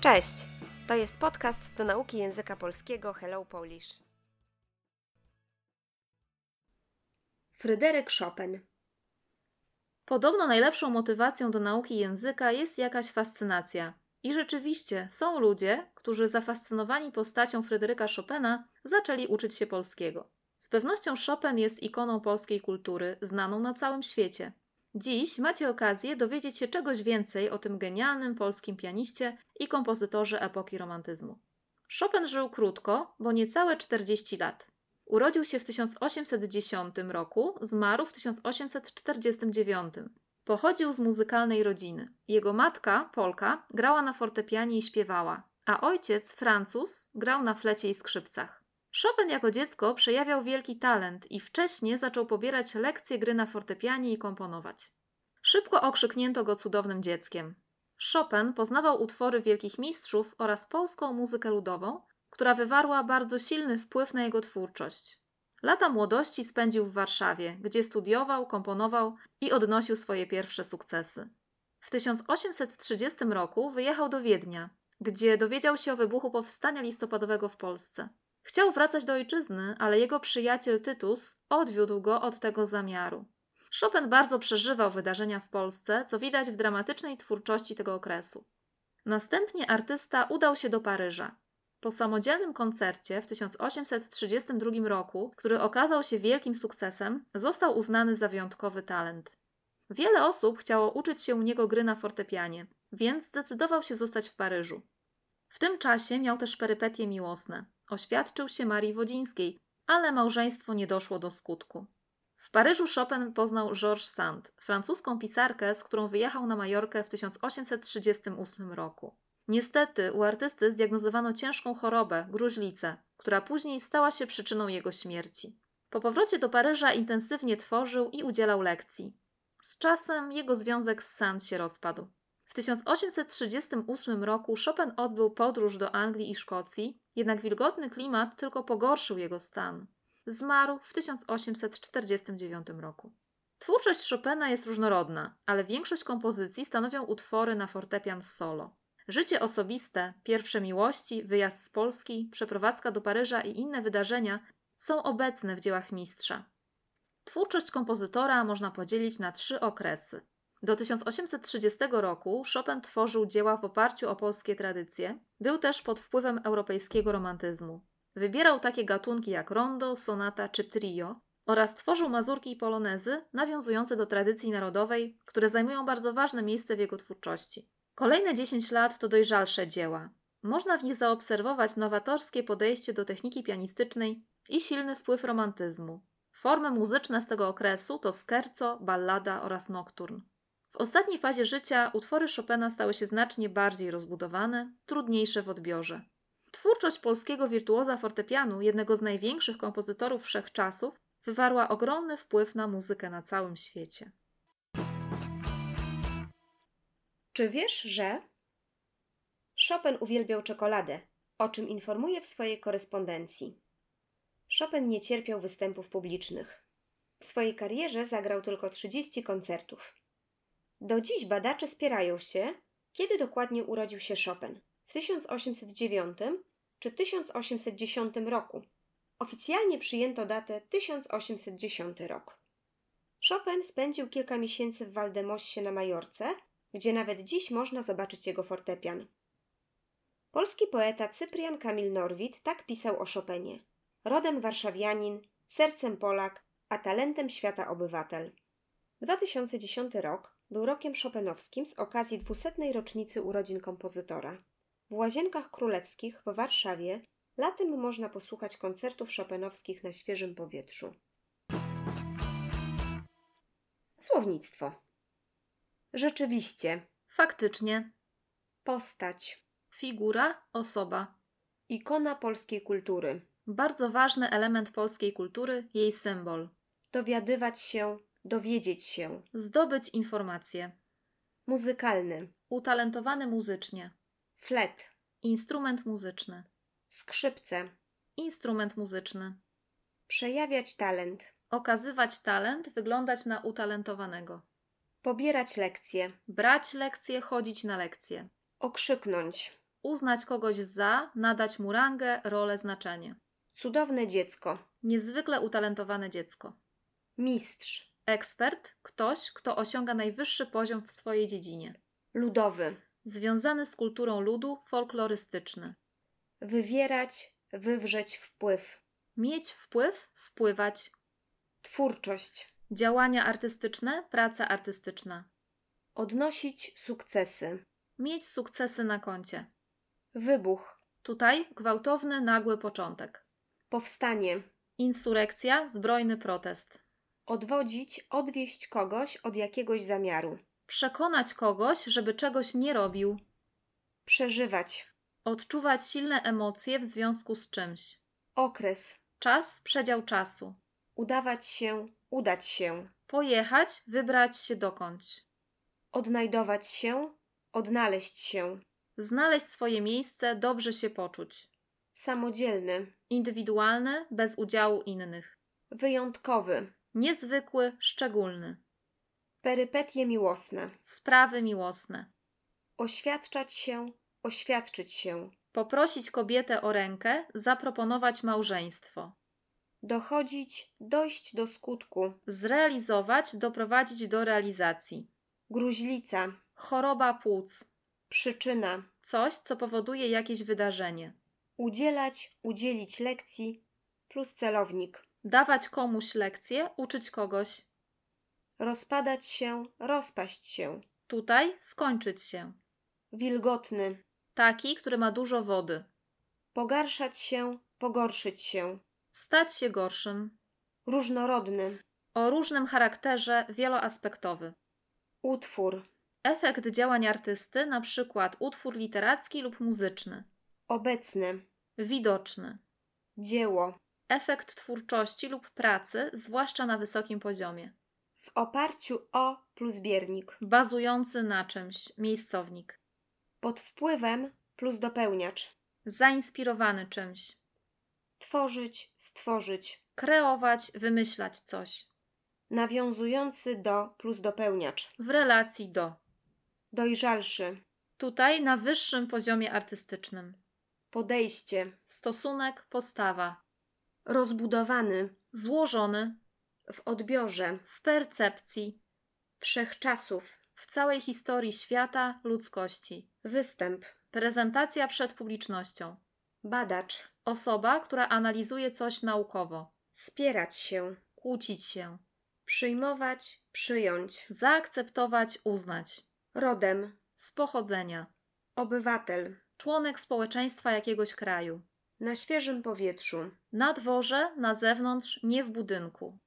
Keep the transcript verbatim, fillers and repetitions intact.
Cześć! To jest podcast do nauki języka polskiego Hello Polish. Fryderyk Chopin. Podobno najlepszą motywacją do nauki języka jest jakaś fascynacja. I rzeczywiście są ludzie, którzy zafascynowani postacią Fryderyka Chopina zaczęli uczyć się polskiego. Z pewnością Chopin jest ikoną polskiej kultury, znaną na całym świecie. Dziś macie okazję dowiedzieć się czegoś więcej o tym genialnym polskim pianiście i kompozytorze epoki romantyzmu. Chopin żył krótko, bo niecałe czterdzieści lat. Urodził się w tysiąc osiemset dziesiątym roku, zmarł w tysiąc osiemset czterdziestym dziewiątym. Pochodził z muzykalnej rodziny. Jego matka, Polka, grała na fortepianie i śpiewała, a ojciec, Francuz, grał na flecie i skrzypcach. Chopin jako dziecko przejawiał wielki talent i wcześnie zaczął pobierać lekcje gry na fortepianie i komponować. Szybko okrzyknięto go cudownym dzieckiem. Chopin poznawał utwory wielkich mistrzów oraz polską muzykę ludową, która wywarła bardzo silny wpływ na jego twórczość. Lata młodości spędził w Warszawie, gdzie studiował, komponował i odnosił swoje pierwsze sukcesy. W tysiąc osiemset trzydziestym roku wyjechał do Wiednia, gdzie dowiedział się o wybuchu powstania listopadowego w Polsce. Chciał wracać do ojczyzny, ale jego przyjaciel Tytus odwiódł go od tego zamiaru. Chopin bardzo przeżywał wydarzenia w Polsce, co widać w dramatycznej twórczości tego okresu. Następnie artysta udał się do Paryża. Po samodzielnym koncercie w tysiąc osiemset trzydziestym drugim roku, który okazał się wielkim sukcesem, został uznany za wyjątkowy talent. Wiele osób chciało uczyć się u niego gry na fortepianie, więc zdecydował się zostać w Paryżu. W tym czasie miał też perypetie miłosne. Oświadczył się Marii Wodzińskiej, ale małżeństwo nie doszło do skutku. W Paryżu Chopin poznał Georges Sand, francuską pisarkę, z którą wyjechał na Majorkę w tysiąc osiemset trzydziestym ósmym roku. Niestety u artysty zdiagnozowano ciężką chorobę, gruźlicę, która później stała się przyczyną jego śmierci. Po powrocie do Paryża intensywnie tworzył i udzielał lekcji. Z czasem jego związek z Sand się rozpadł. W tysiąc osiemset trzydziestym ósmym roku Chopin odbył podróż do Anglii i Szkocji, jednak wilgotny klimat tylko pogorszył jego stan. Zmarł w tysiąc osiemset czterdziestym dziewiątym roku. Twórczość Chopina jest różnorodna, ale większość kompozycji stanowią utwory na fortepian solo. Życie osobiste, pierwsze miłości, wyjazd z Polski, przeprowadzka do Paryża i inne wydarzenia są obecne w dziełach mistrza. Twórczość kompozytora można podzielić na trzy okresy. Do tysiąc osiemset trzydziestego roku Chopin tworzył dzieła w oparciu o polskie tradycje. Był też pod wpływem europejskiego romantyzmu. Wybierał takie gatunki jak rondo, sonata czy trio oraz tworzył mazurki i polonezy nawiązujące do tradycji narodowej, które zajmują bardzo ważne miejsce w jego twórczości. Kolejne dziesięć lat to dojrzalsze dzieła. Można w nich zaobserwować nowatorskie podejście do techniki pianistycznej i silny wpływ romantyzmu. Formy muzyczne z tego okresu to scherzo, ballada oraz nocturn. W ostatniej fazie życia utwory Chopina stały się znacznie bardziej rozbudowane, trudniejsze w odbiorze. Twórczość polskiego wirtuoza fortepianu, jednego z największych kompozytorów wszechczasów, wywarła ogromny wpływ na muzykę na całym świecie. Czy wiesz, że Chopin uwielbiał czekoladę, o czym informuje w swojej korespondencji. Chopin nie cierpiał występów publicznych. W swojej karierze zagrał tylko trzydzieści koncertów. Do dziś badacze spierają się, kiedy dokładnie urodził się Chopin. W tysiąc osiemset dziewiątym czy tysiąc osiemset dziesiątym roku. Oficjalnie przyjęto datę tysiąc osiemset dziesiąty rok. Chopin spędził kilka miesięcy w Waldemossie na Majorce, gdzie nawet dziś można zobaczyć jego fortepian. Polski poeta Cyprian Kamil Norwid tak pisał o Chopinie. Rodem warszawianin, sercem Polak, a talentem świata obywatel. dwa tysiące dziesiąty rok był rokiem chopinowskim z okazji dwusetnej rocznicy urodzin kompozytora. W Łazienkach Królewskich w Warszawie latem można posłuchać koncertów chopinowskich na świeżym powietrzu. Słownictwo. Rzeczywiście. Faktycznie. Postać. Figura, osoba. Ikona polskiej kultury. Bardzo ważny element polskiej kultury, jej symbol. Dowiadywać się, dowiedzieć się. Zdobyć informacje. Muzykalny. Utalentowany muzycznie. Flet. Instrument muzyczny. Skrzypce. Instrument muzyczny. Przejawiać talent. Okazywać talent, wyglądać na utalentowanego. Pobierać lekcje. Brać lekcje, chodzić na lekcje. Okrzyknąć. uznać kogoś za, nadać mu rangę, rolę, znaczenie. Cudowne dziecko. Niezwykle utalentowane dziecko. Mistrz. Ekspert, ktoś, kto osiąga najwyższy poziom w swojej dziedzinie. Ludowy. Związany z kulturą ludu, folklorystyczny. Wywierać, wywrzeć wpływ. Mieć wpływ, wpływać. Twórczość. Działania artystyczne, praca artystyczna. Odnosić sukcesy. Mieć sukcesy na koncie. Wybuch. Tutaj gwałtowny, nagły początek. Powstanie. Insurekcja, zbrojny protest. Odwodzić, odwieść kogoś od jakiegoś zamiaru. Przekonać kogoś, żeby czegoś nie robił. Przeżywać. Odczuwać silne emocje w związku z czymś. Okres. Czas, przedział czasu. Udawać się, udać się. Pojechać, wybrać się dokądś. Odnajdować się, odnaleźć się. Znaleźć swoje miejsce, dobrze się poczuć. Samodzielny. Indywidualny, bez udziału innych. Wyjątkowy. Niezwykły, szczególny. Perypetie miłosne. Sprawy miłosne. Oświadczać się, oświadczyć się. Poprosić kobietę o rękę, zaproponować małżeństwo. Dochodzić, dojść do skutku. Zrealizować, doprowadzić do realizacji. Gruźlica. Choroba płuc. Przyczyna. Coś, co powoduje jakieś wydarzenie. Udzielać, udzielić lekcji plus celownik. Dawać komuś lekcję, uczyć kogoś. Rozpadać się, rozpaść się. Tutaj skończyć się. Wilgotny. Taki, który ma dużo wody. Pogarszać się, pogorszyć się. Stać się gorszym. Różnorodny. O różnym charakterze, wieloaspektowy. Utwór. Efekt działań artysty, na przykład utwór literacki lub muzyczny. Obecny. Widoczny. Dzieło. Efekt twórczości lub pracy, zwłaszcza na wysokim poziomie. W oparciu o plus biernik. Bazujący na czymś, miejscownik. Pod wpływem plus dopełniacz. Zainspirowany czymś. Tworzyć, stworzyć. Kreować, wymyślać coś. Nawiązujący do plus dopełniacz. W relacji do. Dojrzalszy. Tutaj na wyższym poziomie artystycznym. Podejście. Stosunek, postawa. Rozbudowany. Złożony. W odbiorze. W percepcji. Wszechczasów. W całej historii świata, ludzkości. Występ. Prezentacja przed publicznością. Badacz. Osoba, która analizuje coś naukowo. Spierać się. Kłócić się. Przyjmować, przyjąć. Zaakceptować, uznać. Rodem. Z pochodzenia. Obywatel. Członek społeczeństwa jakiegoś kraju. Na świeżym powietrzu. Na dworze, na zewnątrz, nie w budynku.